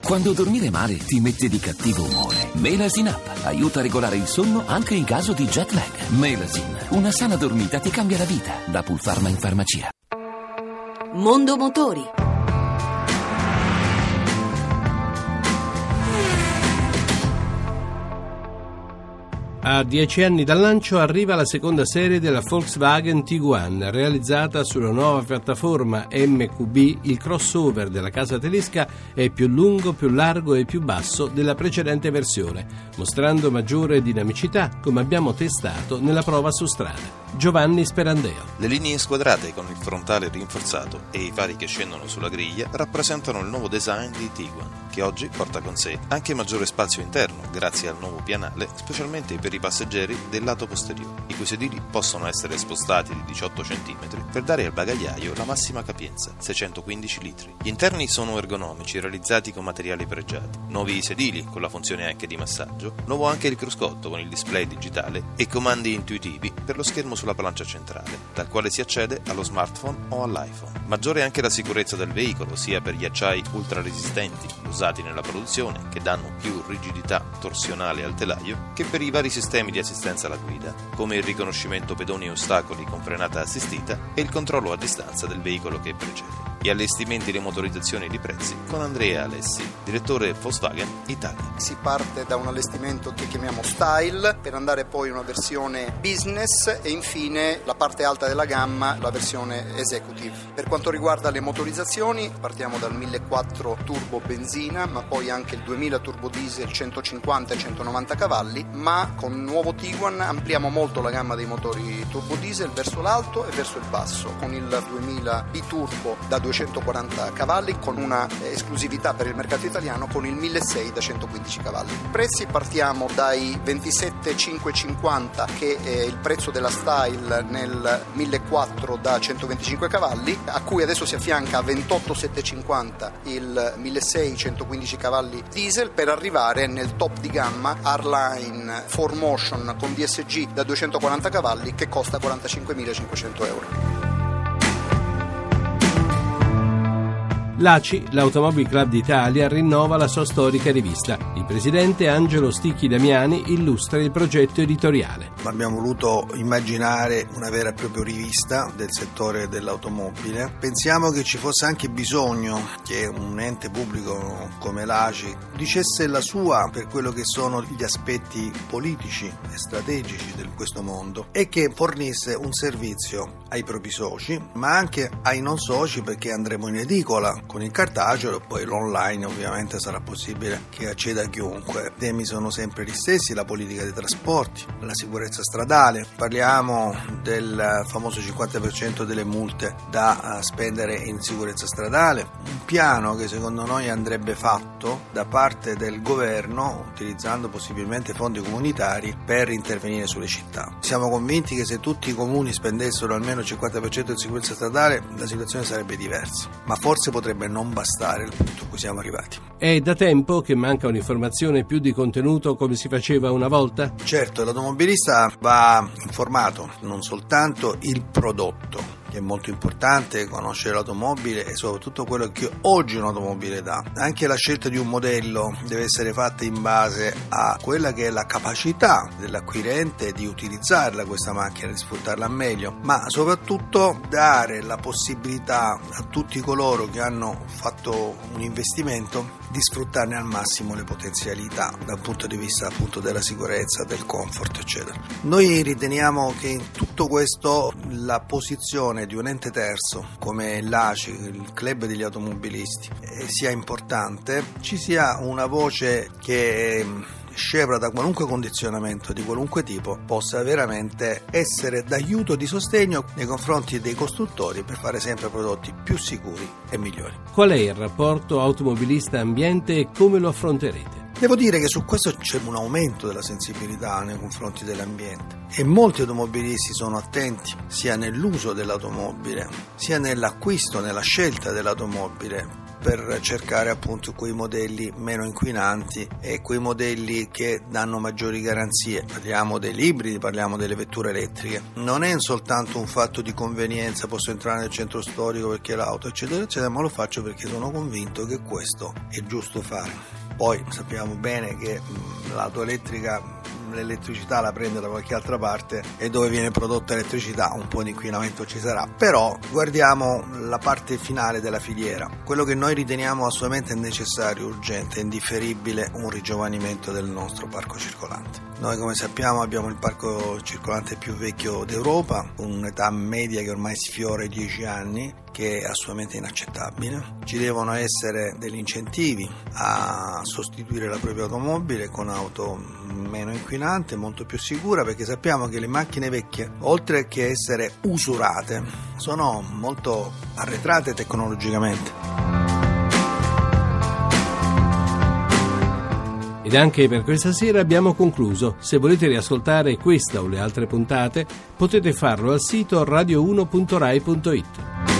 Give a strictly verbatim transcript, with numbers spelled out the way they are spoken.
Quando dormire male ti mette di cattivo umore, Melasin Up aiuta a regolare il sonno anche in caso di jet lag. Melasin, una sana dormita ti cambia la vita. Da Pulpharma in farmacia. Mondo Motori. A dieci anni dal lancio arriva la seconda serie della Volkswagen Tiguan, realizzata sulla nuova piattaforma M Q B. Il crossover della casa tedesca è più lungo, più largo e più basso della precedente versione, mostrando maggiore dinamicità, come abbiamo testato nella prova su strada. Giovanni Sperandeo. Le linee squadrate con il frontale rinforzato e i fari che scendono sulla griglia rappresentano il nuovo design di Tiguan, che oggi porta con sé anche maggiore spazio interno grazie al nuovo pianale, specialmente per i passeggeri del lato posteriore, i cui sedili possono essere spostati di diciotto centimetri per dare al bagagliaio la massima capienza, seicentoquindici litri. Gli interni sono ergonomici, realizzati con materiali pregiati, nuovi sedili con la funzione anche di massaggio, nuovo anche il cruscotto con il display digitale e comandi intuitivi per lo schermo sulla plancia centrale, dal quale si accede allo smartphone o all'iPhone. Maggiore anche la sicurezza del veicolo, sia per gli acciai ultra resistenti usati nella produzione, che danno più rigidità torsionale al telaio, che per i vari sistemi di assistenza alla guida, come il riconoscimento pedoni e ostacoli con frenata assistita e il controllo a distanza del veicolo che precede. Gli allestimenti e le motorizzazioni di prezzi con Andrea Alessi, direttore Volkswagen Italia. Si parte da un allestimento che chiamiamo Style, per andare poi a una versione Business e infine la parte alta della gamma, la versione Executive. Per quanto riguarda le motorizzazioni, partiamo dal millequattrocento turbo benzina, ma poi anche il duemila turbo diesel centocinquanta e centonovanta cavalli, ma con il nuovo Tiguan ampliamo molto la gamma dei motori turbo diesel verso l'alto e verso il basso, con il duemila biturbo da duecentoquaranta cavalli, con una esclusività per il mercato italiano con il milleseicento da centoquindici cavalli. I prezzi partiamo dai ventisettecinquecentocinquanta, che è il prezzo della Style nel millequattrocento da centoventicinque cavalli, a cui adesso si affianca a ventottomilasettecentocinquanta il milleseicento centoquindici cavalli diesel, per arrivare nel top di gamma R-Line four motion con D S G da duecentoquaranta cavalli, che costa quarantacinquemilacinquecento euro. L'A C I, l'Automobile Club d'Italia, rinnova la sua storica rivista. Il presidente Angelo Sticchi Damiani illustra il progetto editoriale. Abbiamo voluto immaginare una vera e propria rivista del settore dell'automobile. Pensiamo che ci fosse anche bisogno che un ente pubblico come l'A C I dicesse la sua per quello che sono gli aspetti politici e strategici di questo mondo, e che fornisse un servizio ai propri soci, ma anche ai non soci, perché andremo in edicola con il cartaceo e poi l'online ovviamente sarà possibile che acceda a chiunque. I temi sono sempre gli stessi: la politica dei trasporti, la sicurezza stradale, parliamo del famoso cinquanta per cento delle multe da spendere in sicurezza stradale, un piano che secondo noi andrebbe fatto da parte del governo utilizzando possibilmente fondi comunitari per intervenire sulle città. Siamo convinti che se tutti i comuni spendessero almeno il cinquanta per cento di sicurezza stradale la situazione sarebbe diversa, ma forse potrebbe non bastare il punto a cui siamo arrivati. È da tempo che manca un'informazione più di contenuto come si faceva una volta? Certo, l'automobilista va informato, non soltanto il prodotto, che è molto importante conoscere l'automobile e soprattutto quello che oggi un'automobile dà. Anche la scelta di un modello deve essere fatta in base a quella che è la capacità dell'acquirente di utilizzarla questa macchina, di sfruttarla meglio, ma soprattutto dare la possibilità a tutti coloro che hanno fatto un investimento di sfruttarne al massimo le potenzialità dal punto di vista appunto della sicurezza, del comfort, eccetera. Noi riteniamo che in tutto questo la posizione di un ente terzo come l'A C I, il club degli automobilisti, eh, sia importante, ci sia una voce che scevra da qualunque condizionamento di qualunque tipo, possa veramente essere d'aiuto, di sostegno nei confronti dei costruttori per fare sempre prodotti più sicuri e migliori. Qual è il rapporto automobilista-ambiente e come lo affronterete? Devo dire che su questo c'è un aumento della sensibilità nei confronti dell'ambiente e molti automobilisti sono attenti sia nell'uso dell'automobile sia nell'acquisto, nella scelta dell'automobile, per cercare appunto quei modelli meno inquinanti e quei modelli che danno maggiori garanzie. Parliamo degli ibridi, parliamo delle vetture elettriche. Non è soltanto un fatto di convenienza, posso entrare nel centro storico perché l'auto eccetera eccetera, ma lo faccio perché sono convinto che questo è giusto fare. Poi sappiamo bene che l'auto elettrica, l'elettricità la prende da qualche altra parte e dove viene prodotta elettricità un po' di inquinamento ci sarà, però guardiamo la parte finale della filiera. Quello che noi riteniamo assolutamente necessario, urgente, indifferibile, un rigiovanimento del nostro parco circolante. Noi, come sappiamo, abbiamo il parco circolante più vecchio d'Europa, un'età media che ormai sfiora i dieci anni, che è assolutamente inaccettabile. Ci devono essere degli incentivi a sostituire la propria automobile con auto meno inquinante, molto più sicura, perché sappiamo che le macchine vecchie, oltre che essere usurate, sono molto arretrate tecnologicamente. Ed anche per questa sera abbiamo concluso. Se volete riascoltare questa o le altre puntate, potete farlo al sito radio uno punto rai punto it.